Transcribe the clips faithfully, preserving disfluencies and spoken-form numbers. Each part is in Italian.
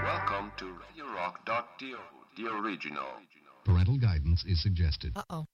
Welcome to radio rock dot t o, the original. Parental guidance is suggested. Uh-oh.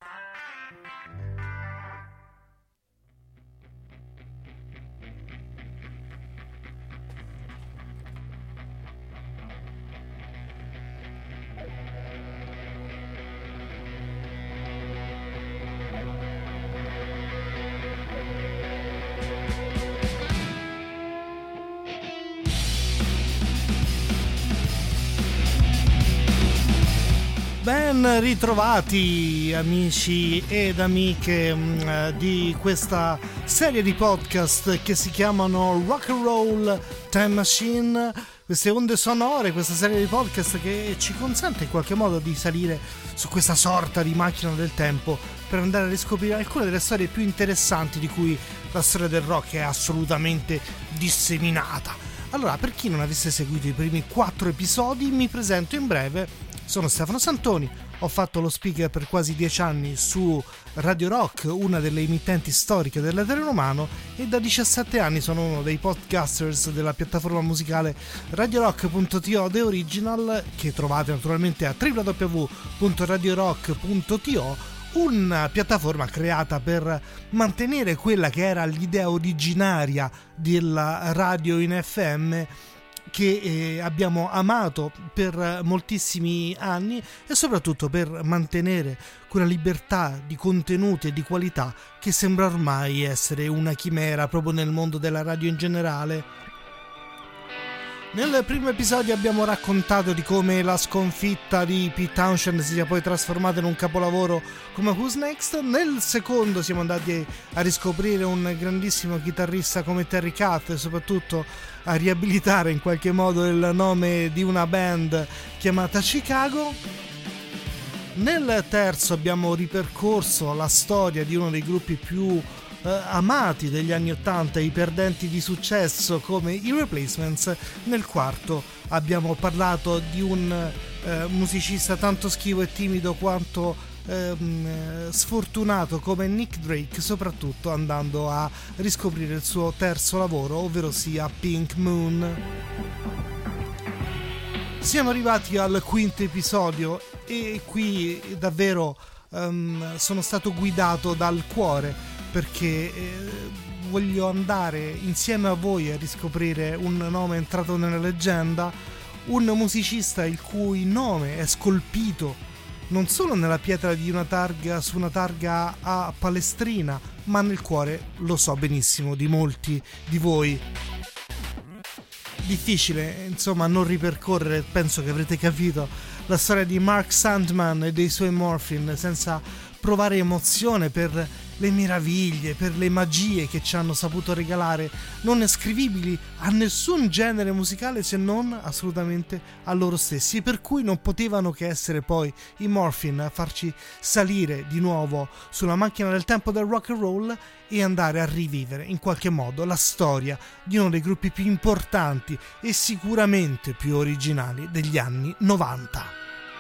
Ben ritrovati amici ed amiche mh, di questa serie di podcast che si chiamano Rock and Roll Time Machine, queste onde sonore, questa serie di podcast che ci consente in qualche modo di salire su questa sorta di macchina del tempo per andare a riscoprire alcune delle storie più interessanti di cui la storia del rock è assolutamente disseminata. Allora, per chi non avesse seguito i primi quattro episodi, mi presento in breve. Sono Stefano Santoni, ho fatto lo speaker per quasi dieci anni su Radio Rock, una delle emittenti storiche dell'etere romano, e da diciassette anni sono uno dei podcasters della piattaforma musicale radio rock punto t o The Original, che trovate naturalmente a w w w punto radio rock punto t o, una piattaforma creata per mantenere quella che era l'idea originaria della radio in F M, che eh, abbiamo amato per moltissimi anni, e soprattutto per mantenere quella libertà di contenuti e di qualità che sembra ormai essere una chimera proprio nel mondo della radio in generale. Nel primo episodio abbiamo raccontato di come la sconfitta di Pete Townshend si sia poi trasformata in un capolavoro come Who's Next. Nel secondo siamo andati a riscoprire un grandissimo chitarrista come Terry Kath e soprattutto a riabilitare in qualche modo il nome di una band chiamata Chicago. Nel terzo abbiamo ripercorso la storia di uno dei gruppi più Uh, amati degli anni ottanta, i perdenti di successo come i Replacements. Nel quarto abbiamo parlato di un uh, musicista tanto schivo e timido quanto uh, sfortunato come Nick Drake, soprattutto andando a riscoprire il suo terzo lavoro, ovvero sia Pink Moon. Siamo arrivati al quinto episodio e qui davvero um, sono stato guidato dal cuore, perché eh, voglio andare insieme a voi a riscoprire un nome entrato nella leggenda, un musicista il cui nome è scolpito non solo nella pietra di una targa su una targa a Palestrina, ma nel cuore, lo so benissimo, di molti di voi. Difficile, insomma, non ripercorrere, penso che avrete capito, la storia di Mark Sandman e dei suoi Morphine senza provare emozione per le meraviglie, per le magie che ci hanno saputo regalare, non ascrivibili a nessun genere musicale se non assolutamente a loro stessi, e per cui non potevano che essere poi i Morphine a farci salire di nuovo sulla macchina del tempo del rock and roll e andare a rivivere in qualche modo la storia di uno dei gruppi più importanti e sicuramente più originali degli anni novanta.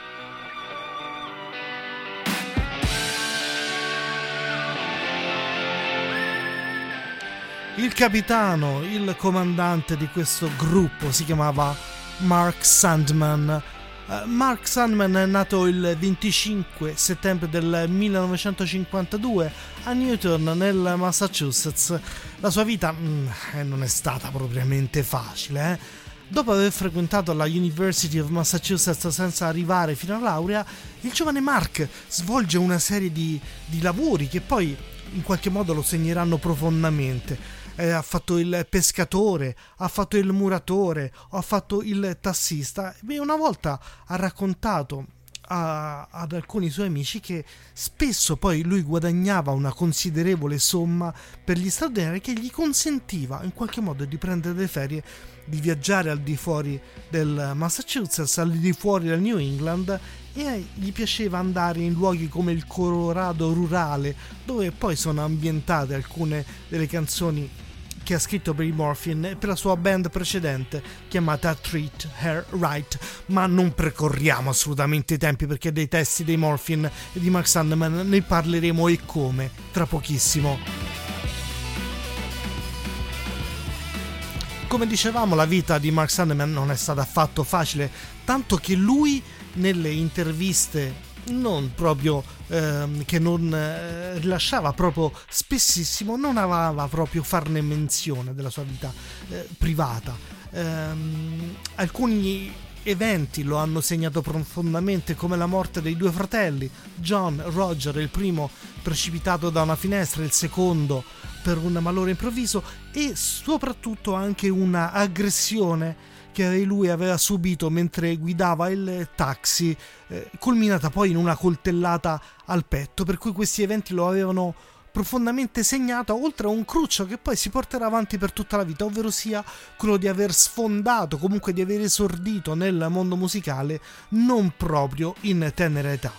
Il capitano, il comandante di questo gruppo si chiamava Mark Sandman. Uh, Mark Sandman è nato il venticinque settembre del millenovecentocinquantadue a Newton, nel Massachusetts. La sua vita mm, non è stata propriamente facile, eh? Dopo aver frequentato la University of Massachusetts senza arrivare fino alla laurea, il giovane Mark svolge una serie di, di lavori che poi in qualche modo lo segneranno profondamente. Eh, ha fatto il pescatore, ha fatto il muratore, ha fatto il tassista. Beh, una volta ha raccontato a, ad alcuni suoi amici che spesso poi lui guadagnava una considerevole somma per gli straordinari che gli consentiva in qualche modo di prendere le ferie, di viaggiare al di fuori del Massachusetts, al di fuori del New England, e gli piaceva andare in luoghi come il Colorado rurale, dove poi sono ambientate alcune delle canzoni che ha scritto per i Morphine e per la sua band precedente chiamata Treat Her Right. Ma non precorriamo assolutamente i tempi, perché dei testi dei Morphine e di Mark Sandman ne parleremo e come tra pochissimo. Come dicevamo, la vita di Mark Sandman non è stata affatto facile, tanto che lui nelle interviste non proprio ehm, che non eh, rilasciava proprio spessissimo, non aveva proprio farne menzione della sua vita eh, privata. Ehm, alcuni eventi lo hanno segnato profondamente, come la morte dei due fratelli, John Roger, il primo precipitato da una finestra, il secondo per un malore improvviso, e soprattutto anche una aggressione che lui aveva subito mentre guidava il taxi, eh, culminata poi in una coltellata al petto, per cui questi eventi lo avevano profondamente segnato, oltre a un cruccio che poi si porterà avanti per tutta la vita, ovvero sia quello di aver sfondato, comunque di aver esordito nel mondo musicale non proprio in tenera età.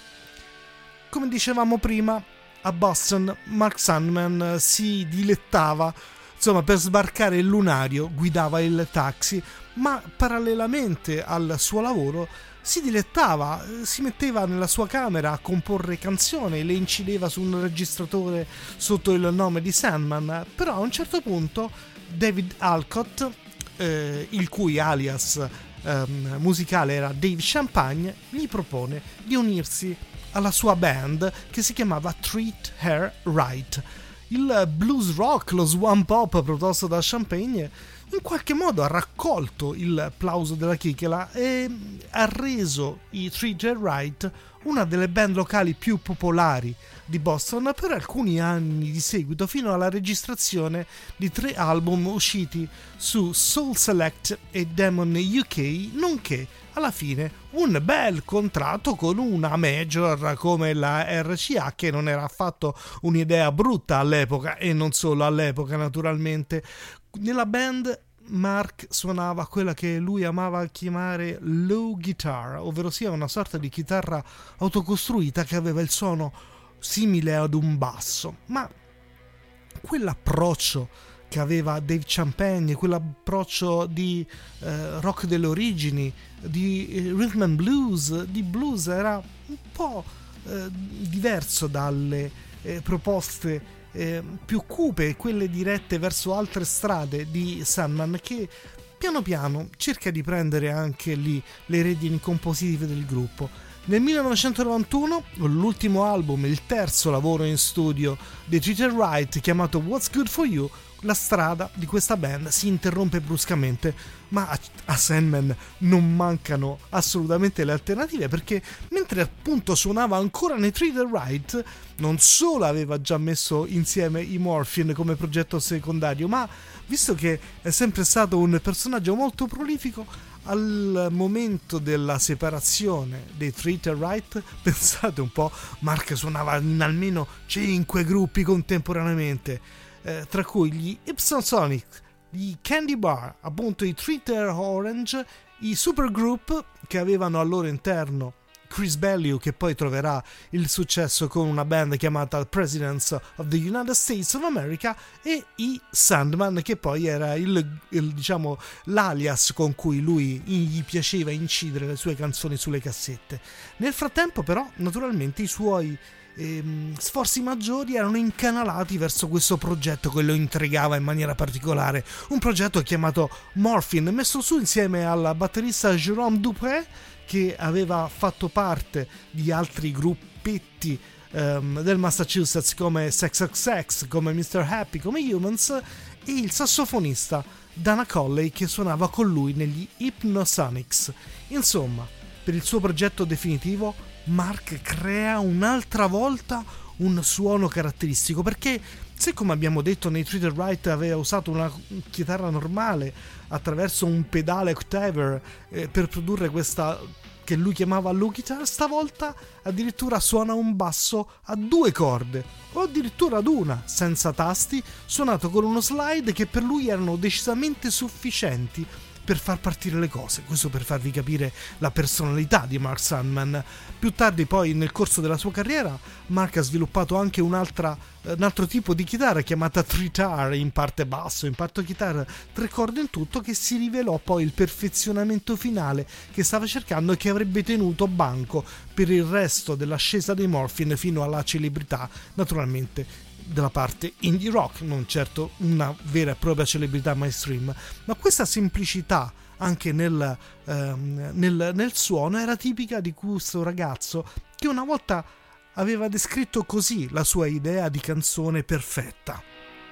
Come dicevamo prima, a Boston Mark Sandman si dilettava, insomma, per sbarcare il lunario guidava il taxi, ma parallelamente al suo lavoro si dilettava, si metteva nella sua camera a comporre canzoni, le incideva su un registratore sotto il nome di Sandman. Però a un certo punto David Alcott, eh, il cui alias eh, musicale era Dave Champagne, gli propone di unirsi alla sua band che si chiamava Treat Her Right. Il blues rock, lo swan pop proposto da Champagne in qualche modo ha raccolto il plauso della chicchera e ha reso i Treat Her Right una delle band locali più popolari di Boston per alcuni anni di seguito, fino alla registrazione di tre album usciti su Soul Select e Demon U K, nonché alla fine un bel contratto con una major come la R C A, che non era affatto un'idea brutta all'epoca, e non solo all'epoca naturalmente. Nella band Mark suonava quella che lui amava chiamare low guitar, ovvero sia una sorta di chitarra autocostruita che aveva il suono simile ad un basso, ma quell'approccio che aveva Dave Champagne, quell'approccio di eh, rock delle origini, di eh, rhythm and blues, di blues, era un po' eh, diverso dalle eh, proposte eh, più cupe, quelle dirette verso altre strade di Sandman, che piano piano cerca di prendere anche lì le redini compositive del gruppo. Nel millenovecentonovantuno, l'ultimo album, il terzo lavoro in studio di Treat Her Right, chiamato What's Good For You, la strada di questa band si interrompe bruscamente, ma a Sandman non mancano assolutamente le alternative, perché mentre appunto suonava ancora nei Treat Her Right, non solo aveva già messo insieme i Morphine come progetto secondario, ma visto che è sempre stato un personaggio molto prolifico, al momento della separazione dei Treat Her Right, pensate un po', Mark suonava in almeno cinque gruppi contemporaneamente, eh, tra cui gli Ipson Sonic, gli Candy Bar, appunto i Treat Her Orange, i Supergroup, che avevano al loro interno Chris Bellew, che poi troverà il successo con una band chiamata Presidents of the United States of America, e i Sandman, che poi era il, il diciamo l'alias con cui lui gli piaceva incidere le sue canzoni sulle cassette. Nel frattempo però naturalmente i suoi ehm, sforzi maggiori erano incanalati verso questo progetto che lo intrigava in maniera particolare, un progetto chiamato Morphine, messo su insieme alla batterista Jérôme Dupré, che aveva fatto parte di altri gruppetti um, del Massachusetts come Sex Sex Sex, come mister Happy, come Humans, e il sassofonista Dana Colley, che suonava con lui negli Hypnosonics. Insomma, per il suo progetto definitivo Mark crea un'altra volta un suono caratteristico, perché se, come abbiamo detto, nei Treat Her Right aveva usato una chitarra normale attraverso un pedale octaver eh, per produrre questa che lui chiamava low guitar, stavolta addirittura suona un basso a due corde, o addirittura ad una, senza tasti, suonato con uno slide che per lui erano decisamente sufficienti per far partire le cose. Questo per farvi capire la personalità di Mark Sandman. Più tardi, poi, nel corso della sua carriera, Mark ha sviluppato anche un'altra, un altro tipo di chitarra chiamata tritar, in parte basso, in parte chitarra, tre corde in tutto, che si rivelò poi il perfezionamento finale che stava cercando e che avrebbe tenuto banco per il resto dell'ascesa dei Morphine fino alla celebrità, naturalmente della parte indie rock, non certo una vera e propria celebrità mainstream, ma questa semplicità anche nel, ehm, nel, nel suono era tipica di questo ragazzo che una volta aveva descritto così la sua idea di canzone perfetta.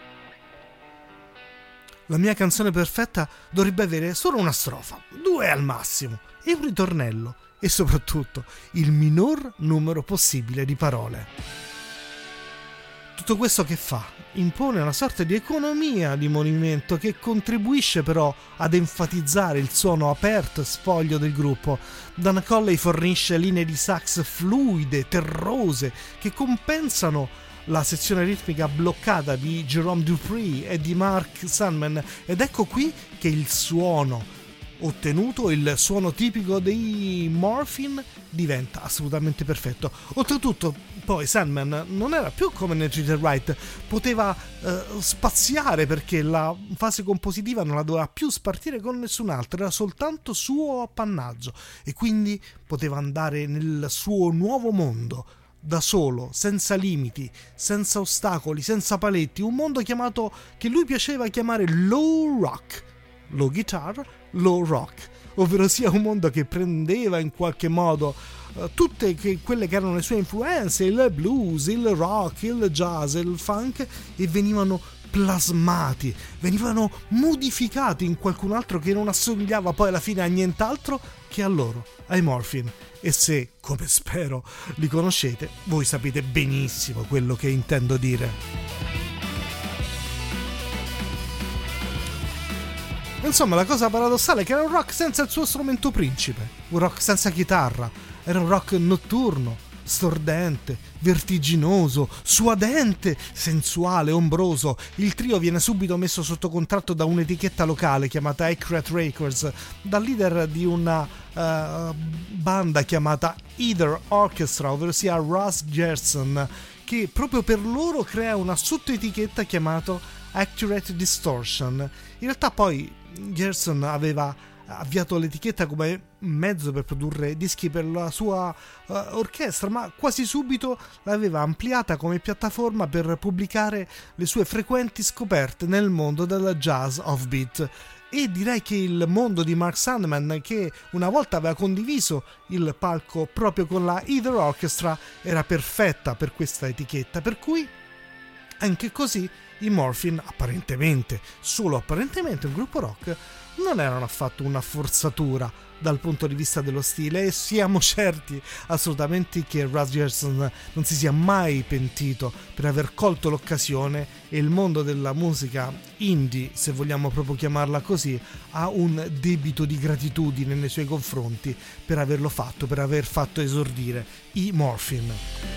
La mia canzone perfetta dovrebbe avere solo una strofa, due al massimo, e un ritornello, e soprattutto il minor numero possibile di parole. Tutto questo che fa? Impone una sorta di economia di movimento che contribuisce però ad enfatizzare il suono aperto e spoglio del gruppo. Dan Colley fornisce linee di sax fluide, terrose, che compensano la sezione ritmica bloccata di Jerome Dupree e di Mark Sandman, ed ecco qui che il suono ottenuto, il suono tipico dei Morphine, diventa assolutamente perfetto. Oltretutto poi Sandman non era più come nel Treat It Right, poteva eh, spaziare perché la fase compositiva non la doveva più spartire con nessun altro, era soltanto suo appannaggio, e quindi poteva andare nel suo nuovo mondo da solo, senza limiti, senza ostacoli, senza paletti, un mondo chiamato, che lui piaceva chiamare low rock, low guitar, low rock, ovvero sia un mondo che prendeva in qualche modo uh, tutte che, quelle che erano le sue influenze, il blues, il rock, il jazz, il funk, e venivano plasmati, venivano modificati in qualcun altro che non assomigliava poi alla fine a nient'altro che a loro, ai Morphine. E se, come spero, li conoscete, voi sapete benissimo quello che intendo dire. Insomma, la cosa paradossale è che era un rock senza il suo strumento principe, un rock senza chitarra, era un rock notturno, stordente, vertiginoso, suadente, sensuale, ombroso. Il trio viene subito messo sotto contratto da un'etichetta locale chiamata Accurate Records, dal leader di una uh, banda chiamata Either Orchestra, ovvero sia Russ Gerson, che proprio per loro crea una sottoetichetta chiamata Accurate Distortion. In realtà poi Gerson aveva avviato l'etichetta come mezzo per produrre dischi per la sua uh, orchestra, ma quasi subito l'aveva ampliata come piattaforma per pubblicare le sue frequenti scoperte nel mondo del jazz offbeat. E direi che il mondo di Mark Sandman, che una volta aveva condiviso il palco proprio con la Either Orchestra, era perfetta per questa etichetta, per cui anche così i Morphine, apparentemente, solo apparentemente un gruppo rock, non erano affatto una forzatura dal punto di vista dello stile, e siamo certi assolutamente che Russ Gerson non si sia mai pentito per aver colto l'occasione, e il mondo della musica indie, se vogliamo proprio chiamarla così, ha un debito di gratitudine nei suoi confronti per averlo fatto, per aver fatto esordire i Morphine.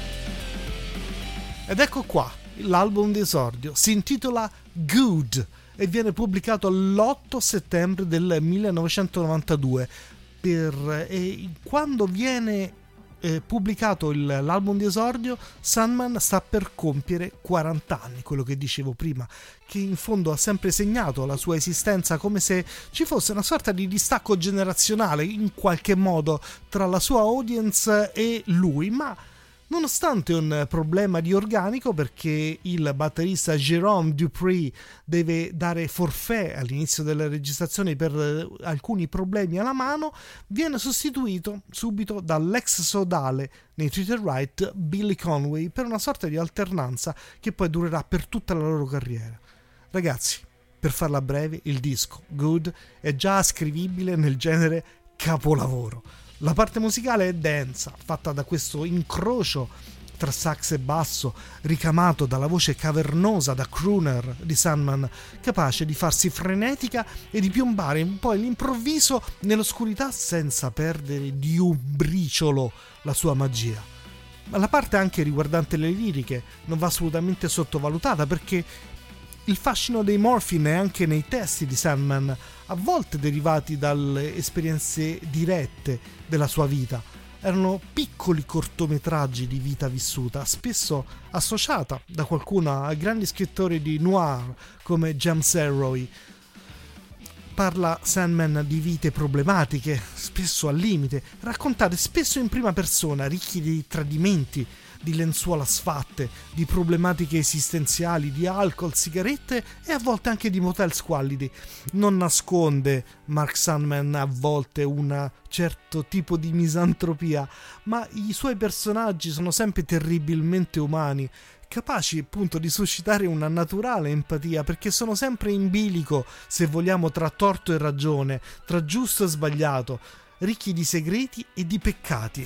Ed ecco qua l'album di esordio, si intitola Good e viene pubblicato l'otto settembre del millenovecentonovantadue. Per, e quando viene eh, pubblicato il, l'album di esordio, Sandman sta per compiere quaranta anni, quello che dicevo prima, che in fondo ha sempre segnato la sua esistenza, come se ci fosse una sorta di distacco generazionale in qualche modo tra la sua audience e lui, ma nonostante un problema di organico, perché il batterista Jerome Dupree deve dare forfait all'inizio delle registrazioni per alcuni problemi alla mano, viene sostituito subito dall'ex sodale nei Treat It Right Billy Conway, per una sorta di alternanza che poi durerà per tutta la loro carriera. Ragazzi, per farla breve, il disco Good è già ascrivibile nel genere capolavoro. La parte musicale è densa, fatta da questo incrocio tra sax e basso, ricamato dalla voce cavernosa da crooner di Sandman, capace di farsi frenetica e di piombare un po' all'improvviso nell'oscurità senza perdere di un briciolo la sua magia. Ma la parte anche riguardante le liriche non va assolutamente sottovalutata, perché il fascino dei Morphine è anche nei testi di Sandman, a volte derivati dalle esperienze dirette della sua vita. Erano piccoli cortometraggi di vita vissuta, spesso associata da qualcuno a grandi scrittori di noir come James Ellroy. Parla Sandman di vite problematiche, spesso al limite, raccontate spesso in prima persona, ricchi di tradimenti, di lenzuola sfatte, di problematiche esistenziali, di alcol, sigarette e a volte anche di motel squallidi. Non nasconde Mark Sandman a volte un certo tipo di misantropia, ma i suoi personaggi sono sempre terribilmente umani, capaci appunto di suscitare una naturale empatia, perché sono sempre in bilico, se vogliamo, tra torto e ragione, tra giusto e sbagliato, ricchi di segreti e di peccati.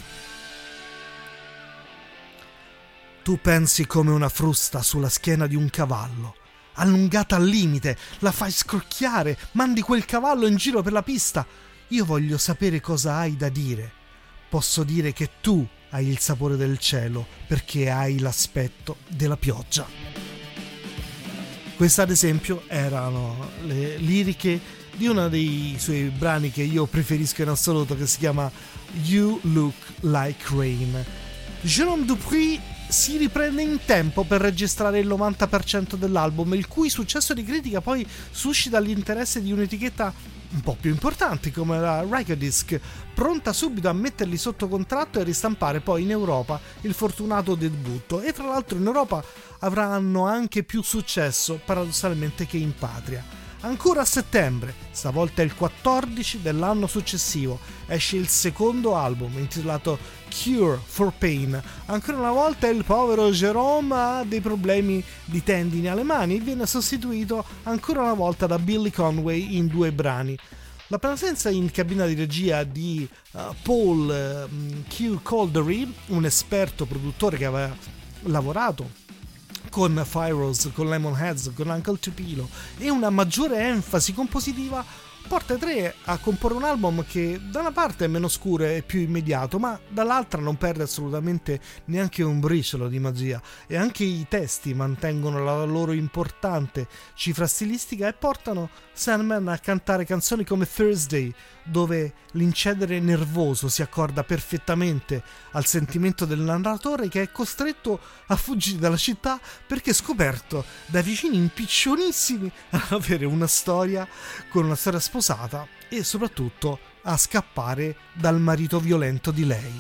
Tu pensi come una frusta sulla schiena di un cavallo, allungata al limite, la fai scrocchiare, mandi quel cavallo in giro per la pista. Io voglio sapere cosa hai da dire. Posso dire che tu hai il sapore del cielo perché hai l'aspetto della pioggia. Queste ad esempio erano le liriche di uno dei suoi brani che io preferisco in assoluto, che si chiama You Look Like Rain. Jérôme Dupri si riprende in tempo per registrare il novanta per cento dell'album, il cui successo di critica poi suscita l'interesse di un'etichetta un po' più importante come la Rykodisc, pronta subito a metterli sotto contratto e ristampare poi in Europa il fortunato debutto. E tra l'altro in Europa avranno anche più successo paradossalmente che in patria. Ancora a settembre, stavolta il quattordici dell'anno successivo, esce il secondo album intitolato Cure for Pain. Ancora una volta il povero Jérôme ha dei problemi di tendini alle mani e viene sostituito ancora una volta da Billy Conway in due brani. La presenza in cabina di regia di uh, Paul uh, Q. Caldery, un esperto produttore che aveva lavorato con Fyros, con Lemonheads, con Uncle Tupelo, e una maggiore enfasi compositiva, porta i tre a comporre un album che da una parte è meno scuro e più immediato, ma dall'altra non perde assolutamente neanche un briciolo di magia, e anche i testi mantengono la loro importante cifra stilistica e portano Sandman a cantare canzoni come Thursday, dove l'incedere nervoso si accorda perfettamente al sentimento del narratore, che è costretto a fuggire dalla città perché è scoperto da vicini impiccionissimi a avere una storia con una storia sposata e soprattutto a scappare dal marito violento di lei.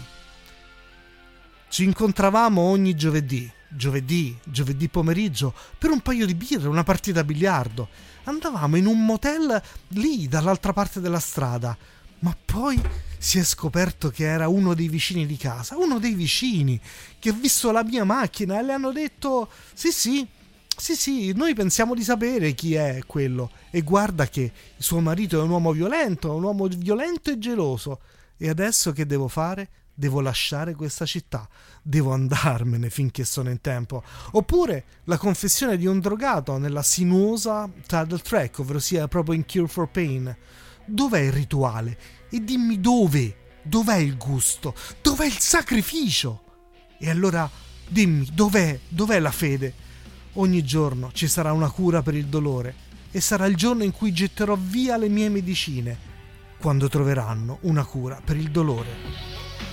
Ci incontravamo ogni giovedì, giovedì, giovedì pomeriggio, per un paio di birre, una partita a biliardo. Andavamo in un motel lì dall'altra parte della strada, ma poi si è scoperto che era uno dei vicini di casa, uno dei vicini che ha visto la mia macchina e le hanno detto sì sì, sì sì, noi pensiamo di sapere chi è quello, e guarda che suo marito è un uomo violento, un uomo violento e geloso. E adesso che devo fare? Devo lasciare questa città, devo andarmene finché sono in tempo. Oppure la confessione di un drogato nella sinuosa title track, ovvero sia proprio in Cure for Pain. Dov'è il rituale? E dimmi dove? Dov'è il gusto? Dov'è il sacrificio? E allora dimmi dov'è? Dov'è la fede? Ogni giorno ci sarà una cura per il dolore, e sarà il giorno in cui getterò via le mie medicine, quando troveranno una cura per il dolore.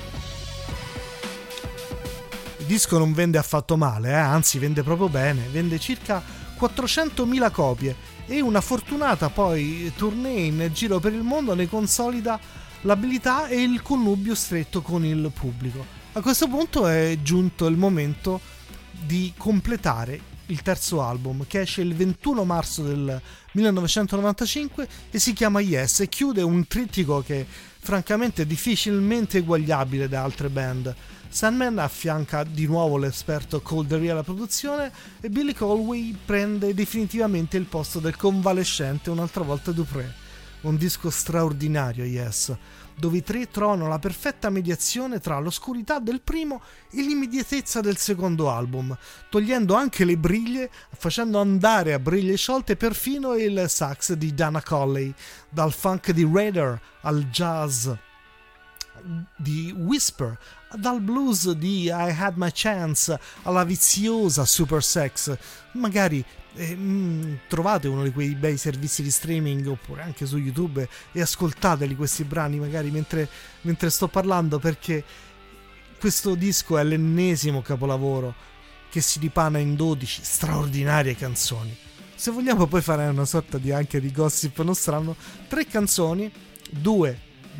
Il disco non vende affatto male, eh? Anzi vende proprio bene, vende circa quattrocentomila copie, e una fortunata poi tournée in giro per il mondo ne consolida l'abilità e il connubio stretto con il pubblico. A questo punto è giunto il momento di completare il terzo album, che esce il ventuno marzo del millenovecentonovantacinque e si chiama Yes, e chiude un trittico che francamente è difficilmente eguagliabile da altre band. Sandman affianca di nuovo l'esperto Caldery alla produzione, e Billy Conway prende definitivamente il posto del convalescente un'altra volta Dupré. Un disco straordinario, Yes, dove i tre trovano la perfetta mediazione tra l'oscurità del primo e l'immediatezza del secondo album, togliendo anche le briglie, facendo andare a briglie sciolte perfino il sax di Dana Colley, dal funk di Raider al jazz di Whisper, dal blues di I Had My Chance alla viziosa Super Sex. Magari eh, mh, trovate uno di quei bei servizi di streaming oppure anche su YouTube e ascoltateli questi brani magari mentre, mentre sto parlando, perché questo disco è l'ennesimo capolavoro che si dipana in dodici straordinarie canzoni. Se vogliamo poi fare una sorta di anche di gossip nostrano, tre canzoni, due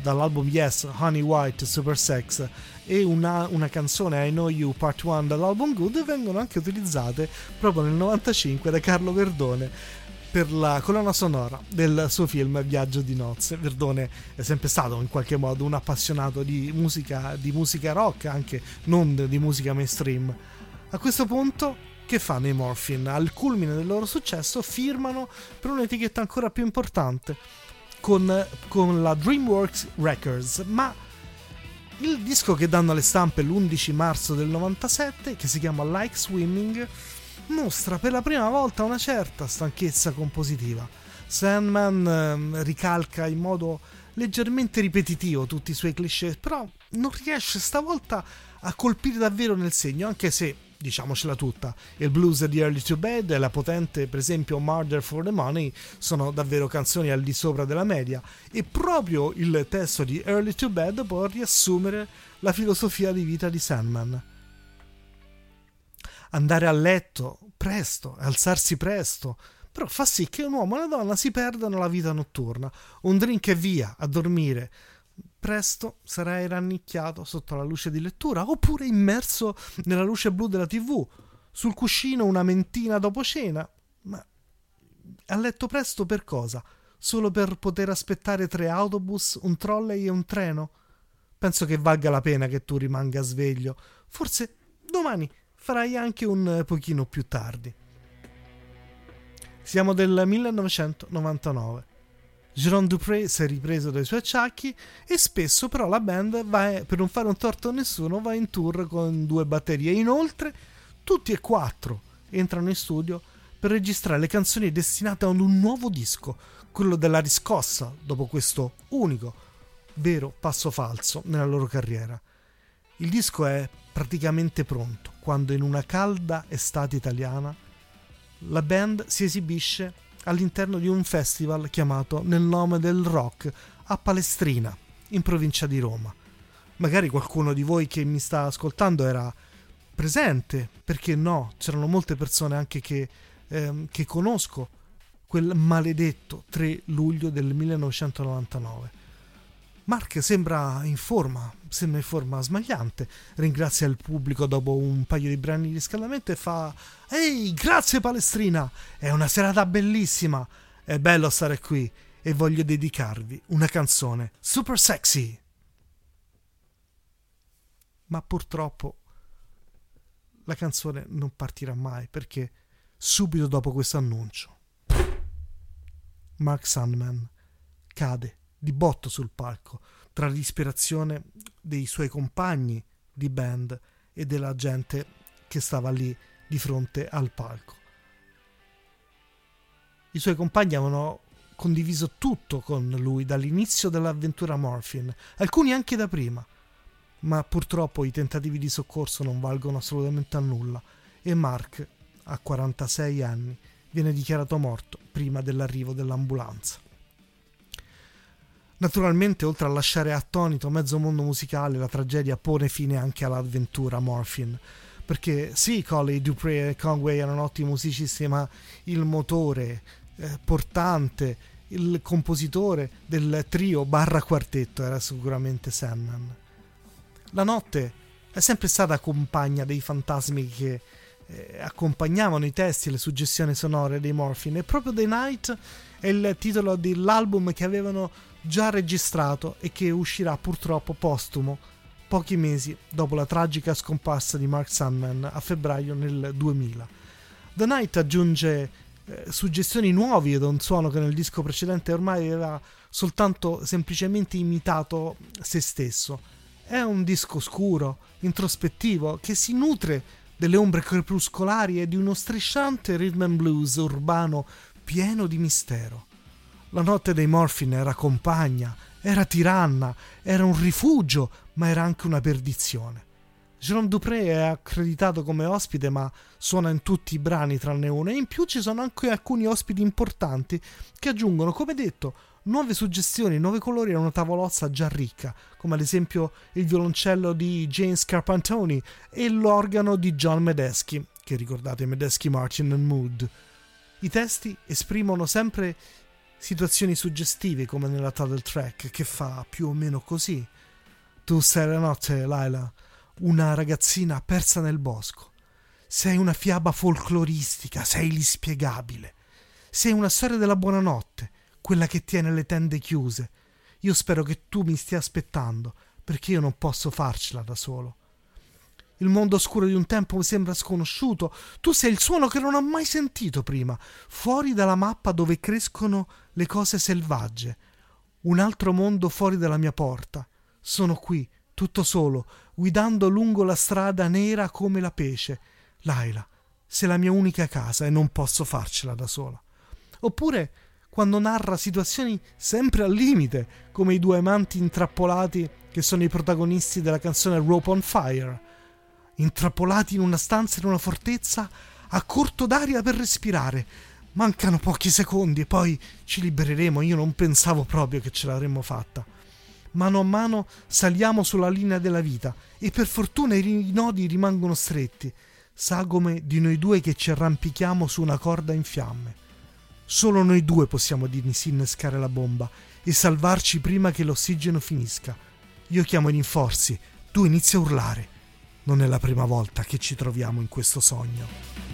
dall'album Yes, Honey White, Super Sex e una, una canzone I Know You Part uno dall'album Good vengono anche utilizzate proprio nel novantacinque da Carlo Verdone per la colonna sonora del suo film Viaggio di nozze. Verdone è sempre stato in qualche modo un appassionato di musica, di musica rock, anche non di musica mainstream. A questo punto che fanno i Morphine? Al culmine del loro successo firmano per un'etichetta ancora più importante con, con la DreamWorks Records, ma il disco che danno alle stampe l'undici marzo del novantasette, che si chiama Like Swimming, mostra per la prima volta una certa stanchezza compositiva. Sandman eh, ricalca in modo leggermente ripetitivo tutti i suoi cliché, però non riesce stavolta a colpire davvero nel segno, anche se, diciamocela tutta, il blues di Early to Bed e la potente, per esempio, Murder for the Money sono davvero canzoni al di sopra della media, e proprio il testo di Early to Bed può riassumere la filosofia di vita di Sandman. Andare a letto presto, alzarsi presto, però fa sì che un uomo e una donna si perdano la vita notturna, un drink e via, a dormire. Presto sarai rannicchiato sotto la luce di lettura, oppure immerso nella luce blu della tivù, sul cuscino una mentina dopo cena. Ma a letto presto per cosa? Solo per poter aspettare tre autobus, un trolley e un treno? Penso che valga la pena che tu rimanga sveglio. Forse domani farai anche un pochino più tardi. Siamo del millenovecentonovantanove. Jérôme Dupré si è ripreso dai suoi acciacchi e spesso però la band, va, per non fare un torto a nessuno, va in tour con due batterie. Inoltre tutti e quattro entrano in studio per registrare le canzoni destinate ad un nuovo disco, quello della riscossa dopo questo unico vero passo falso nella loro carriera. Il disco è praticamente pronto quando in una calda estate italiana la band si esibisce all'interno di un festival chiamato Nel nome del rock a Palestrina, in provincia di Roma. Magari qualcuno di voi che mi sta ascoltando era presente, perché no, c'erano molte persone anche che, ehm, che conosco quel maledetto tre luglio del millenovecentonovantanove. Mark sembra in forma, sembra in forma smagliante, ringrazia il pubblico dopo un paio di brani di riscaldamento e fa: «Ehi, grazie Palestrina, è una serata bellissima, è bello stare qui e voglio dedicarvi una canzone super sexy». Ma purtroppo la canzone non partirà mai, perché subito dopo questo annuncio Mark Sandman cade di botto sul palco, tra la disperazione dei suoi compagni di band e della gente che stava lì di fronte al palco. I suoi compagni avevano condiviso tutto con lui dall'inizio dell'avventura Morphine, alcuni anche da prima, ma purtroppo i tentativi di soccorso non valgono assolutamente a nulla e Mark, a quarantasei anni, viene dichiarato morto prima dell'arrivo dell'ambulanza. Naturalmente, oltre a lasciare attonito mezzo mondo musicale, la tragedia pone fine anche all'avventura Morphine, perché sì, Colley, Dupré e Conway erano ottimi musicisti, ma il motore eh, portante, il compositore del trio barra quartetto era sicuramente Sandman. La notte è sempre stata compagna dei fantasmi che eh, accompagnavano i testi e le suggestioni sonore dei Morphine, e proprio The Night è il titolo dell'album che avevano già registrato e che uscirà purtroppo postumo pochi mesi dopo la tragica scomparsa di Mark Sandman a febbraio nel duemila. The Night aggiunge eh, suggestioni nuove ad un suono che nel disco precedente ormai aveva soltanto semplicemente imitato se stesso. È un disco scuro, introspettivo, che si nutre delle ombre crepuscolari e di uno strisciante rhythm and blues urbano pieno di mistero. La notte dei Morphine era compagna, era tiranna, era un rifugio, ma era anche una perdizione. Jérôme Dupré è accreditato come ospite, ma suona in tutti i brani tranne uno, e in più ci sono anche alcuni ospiti importanti che aggiungono, come detto, nuove suggestioni, nuovi colori a una tavolozza già ricca, come ad esempio il violoncello di James Carpantoni e l'organo di John Medeski, che ricordate Medeski Martin and Mood. I testi esprimono sempre situazioni suggestive come nella title track che fa più o meno così. Tu sei la notte, Laila, una ragazzina persa nel bosco. Sei una fiaba folcloristica, sei l'inspiegabile. Sei una storia della buonanotte, quella che tiene le tende chiuse. Io spero che tu mi stia aspettando, perché io non posso farcela da solo. Il mondo oscuro di un tempo mi sembra sconosciuto. Tu sei il suono che non ho mai sentito prima, fuori dalla mappa dove crescono le cose selvagge. Un altro mondo fuori dalla mia porta. Sono qui, tutto solo, guidando lungo la strada nera come la pece. Laila, sei la mia unica casa e non posso farcela da sola. Oppure quando narra situazioni sempre al limite, come i due amanti intrappolati che sono i protagonisti della canzone Rope on Fire. Intrappolati in una stanza in una fortezza, a corto d'aria per respirare. Mancano pochi secondi e poi ci libereremo. Io non pensavo proprio che ce l'avremmo fatta. Mano a mano saliamo sulla linea della vita e per fortuna i nodi rimangono stretti, sagome di noi due che ci arrampichiamo su una corda in fiamme. Solo noi due possiamo disinnescare la bomba e salvarci prima che l'ossigeno finisca. Io chiamo i rinforzi, tu inizi a urlare. Non è la prima volta che ci troviamo in questo sogno.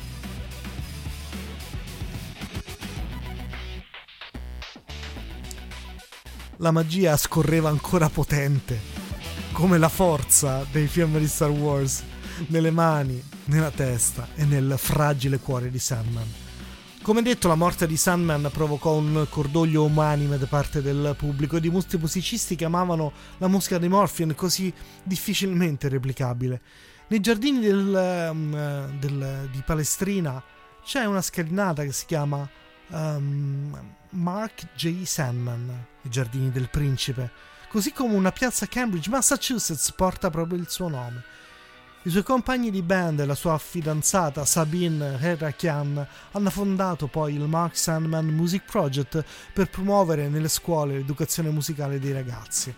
La magia scorreva ancora potente, come la forza dei film di Star Wars, nelle mani, nella testa e nel fragile cuore di Sandman. Come detto, la morte di Sandman provocò un cordoglio unanime da parte del pubblico e di molti musicisti che amavano la musica dei Morphine, così difficilmente replicabile. Nei giardini del, um, del, di Palestrina c'è una scalinata che si chiama um, Mark J. Sandman, i giardini del principe, così come una piazza a Cambridge, Massachusetts, porta proprio il suo nome. I suoi compagni di band e la sua fidanzata Sabine Herakian hanno fondato poi il Mark Sandman Music Project per promuovere nelle scuole l'educazione musicale dei ragazzi.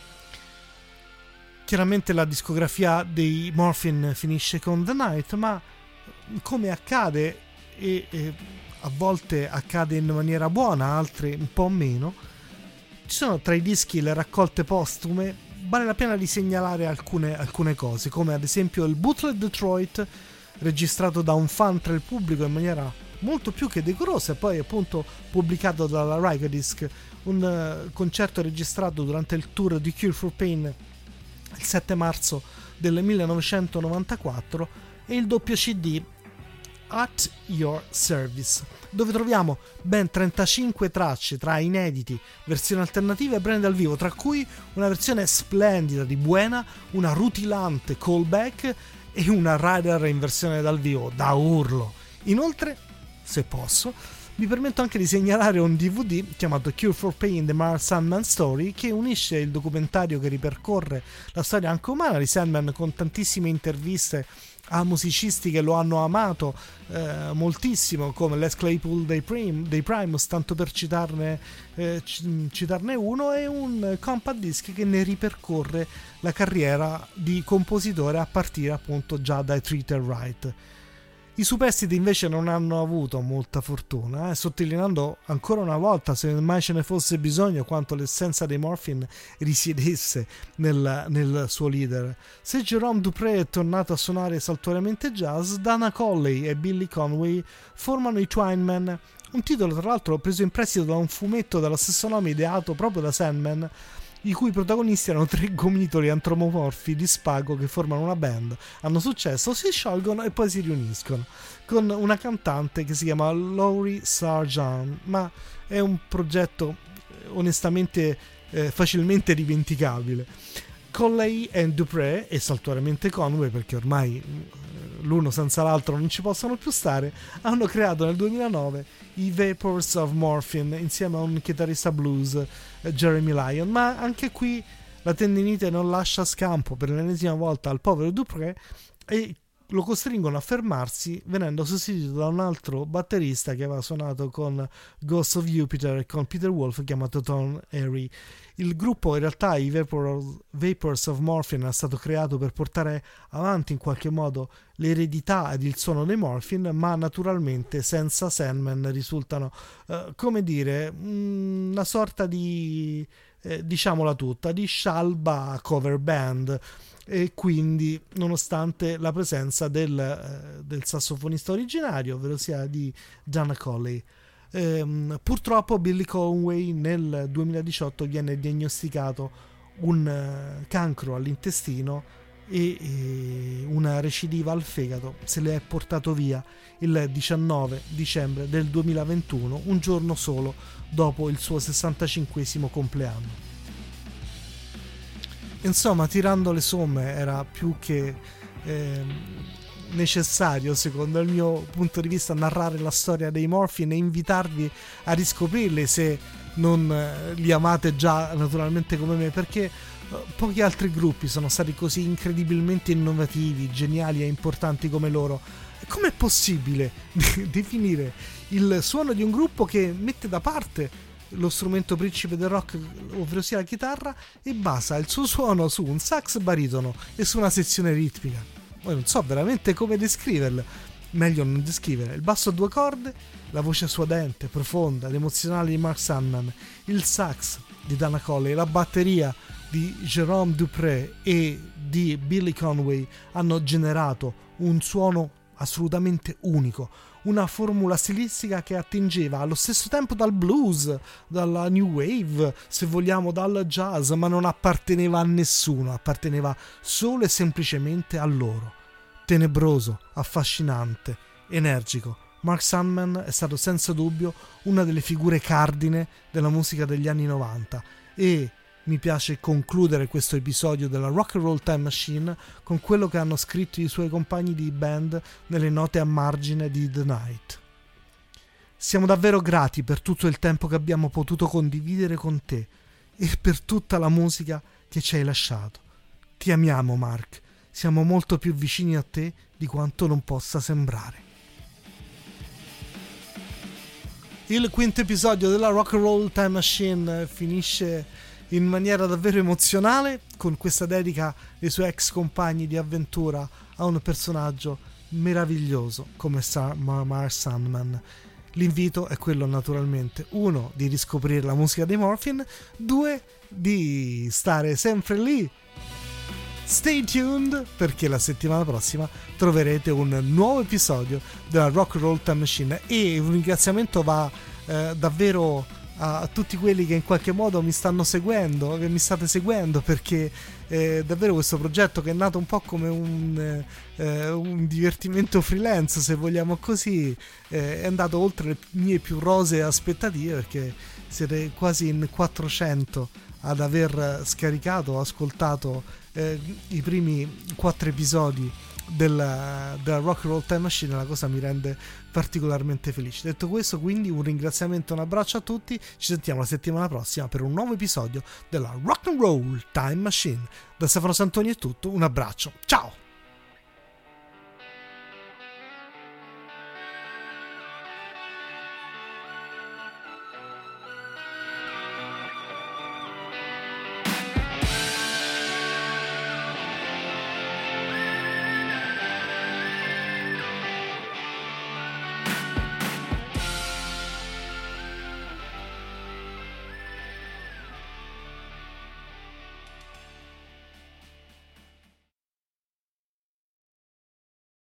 Chiaramente la discografia dei Morphine finisce con The Night, ma come accade, e, e a volte accade in maniera buona, altre un po' meno, ci sono tra i dischi le raccolte postume. Vale la pena di segnalare alcune, alcune cose, come ad esempio il Bootleg Detroit, registrato da un fan tra il pubblico in maniera molto più che decorosa, e poi appunto pubblicato dalla Rygadisc, un uh, concerto registrato durante il tour di Cure for Pain il sette marzo del millenovecentonovantaquattro, e il doppio C D At Your Service, dove troviamo ben trentacinque tracce tra inediti, versioni alternative e brani dal vivo, tra cui una versione splendida di Buena, una rutilante callback e una Rider in versione dal vivo da urlo. Inoltre, se posso, mi permetto anche di segnalare un D V D chiamato Cure for Pain The Mark Sandman Story, che unisce il documentario che ripercorre la storia anche umana di Sandman con tantissime interviste a musicisti che lo hanno amato eh, moltissimo, come Les Claypool dei, Prim, dei Primus, tanto per citarne, eh, c- citarne uno, e un compact disc che ne ripercorre la carriera di compositore a partire appunto già dai Treat It Right. I superstiti invece non hanno avuto molta fortuna, eh, sottolineando ancora una volta, se mai ce ne fosse bisogno, quanto l'essenza dei Morphine risiedesse nel, nel suo leader. Se Jerome Dupré è tornato a suonare saltuariamente jazz, Dana Colley e Billy Conway formano i Twinemen, un titolo tra l'altro preso in prestito da un fumetto dello stesso nome ideato proprio da Sandman, i cui protagonisti erano tre gomitoli antropomorfi di spago che formano una band, hanno successo, si sciolgono e poi si riuniscono, con una cantante che si chiama Laurie Sargent, ma è un progetto onestamente eh, facilmente dimenticabile. Colley e Dupré, e saltuariamente Conway, perché ormai l'uno senza l'altro non ci possono più stare, hanno creato nel duemilanove i Vapors of Morphine insieme a un chitarrista blues, Jeremy Lyon, ma anche qui la tendinite non lascia scampo per l'ennesima volta al povero Dupré, e lo costringono a fermarsi, venendo sostituito da un altro batterista che aveva suonato con Ghost of Jupiter e con Peter Wolf, chiamato Tom Arey. Il gruppo, in realtà, i Vapor, Vapors of Morphine, è stato creato per portare avanti in qualche modo l'eredità ed il suono dei Morphine, ma naturalmente senza Sandman risultano, eh, come dire, una sorta di, eh, diciamola tutta, di scialba cover band. E quindi, nonostante la presenza del, eh, del sassofonista originario, ovvero sia di Dana Colley. Ehm, purtroppo Billy Conway nel duemiladiciotto viene diagnosticato un uh, cancro all'intestino e, e una recidiva al fegato. Se le è portato via il diciannove dicembre del duemilaventuno, un giorno solo dopo il suo sessantacinquesimo compleanno. Insomma, tirando le somme, era più che eh, necessario, secondo il mio punto di vista, narrare la storia dei Morphine e invitarvi a riscoprirli se non eh, li amate già naturalmente come me, perché eh, pochi altri gruppi sono stati così incredibilmente innovativi, geniali e importanti come loro. Com'è possibile definire il suono di un gruppo che mette da parte lo strumento principe del rock, ovvero sia la chitarra, e basa il suo suono su un sax baritono e su una sezione ritmica? Poi non so veramente come descriverlo, meglio non descrivere. Il basso a due corde, la voce suadente, profonda ed emozionale di Mark Sandman, il sax di Dana Colley, la batteria di Jérôme Dupré e di Billy Conway hanno generato un suono assolutamente unico, una formula stilistica che attingeva allo stesso tempo dal blues, dalla new wave, se vogliamo dal jazz, ma non apparteneva a nessuno, apparteneva solo e semplicemente a loro. Tenebroso, affascinante, energico, Mark Sandman è stato senza dubbio una delle figure cardine della musica degli anni novanta, e mi piace concludere questo episodio della Rock and Roll Time Machine con quello che hanno scritto i suoi compagni di band nelle note a margine di The Night. Siamo davvero grati per tutto il tempo che abbiamo potuto condividere con te e per tutta la musica che ci hai lasciato. Ti amiamo, Mark. Siamo molto più vicini a te di quanto non possa sembrare. Il quinto episodio della Rock and Roll Time Machine finisce in maniera davvero emozionale con questa dedica dei suoi ex compagni di avventura a un personaggio meraviglioso come Mark Sandman. L'invito è quello, naturalmente, uno, di riscoprire la musica dei Morphine, due, di stare sempre lì. Stay tuned, perché la settimana prossima troverete un nuovo episodio della Rock and Roll Time Machine, e un ringraziamento va eh, davvero a tutti quelli che in qualche modo mi stanno seguendo, che mi state seguendo, perché eh, davvero questo progetto, che è nato un po' come un, eh, un divertimento freelance, se vogliamo così, eh, è andato oltre le mie più rosee aspettative, perché siete quasi in quattrocento ad aver scaricato, ascoltato eh, i primi quattro episodi della, della Rock and Roll Time Machine. La cosa mi rende particolarmente felice. Detto questo, quindi, un ringraziamento e un abbraccio a tutti. Ci sentiamo la settimana prossima per un nuovo episodio della Rock and Roll Time Machine. Da Stefano Santoni è tutto, un abbraccio, ciao!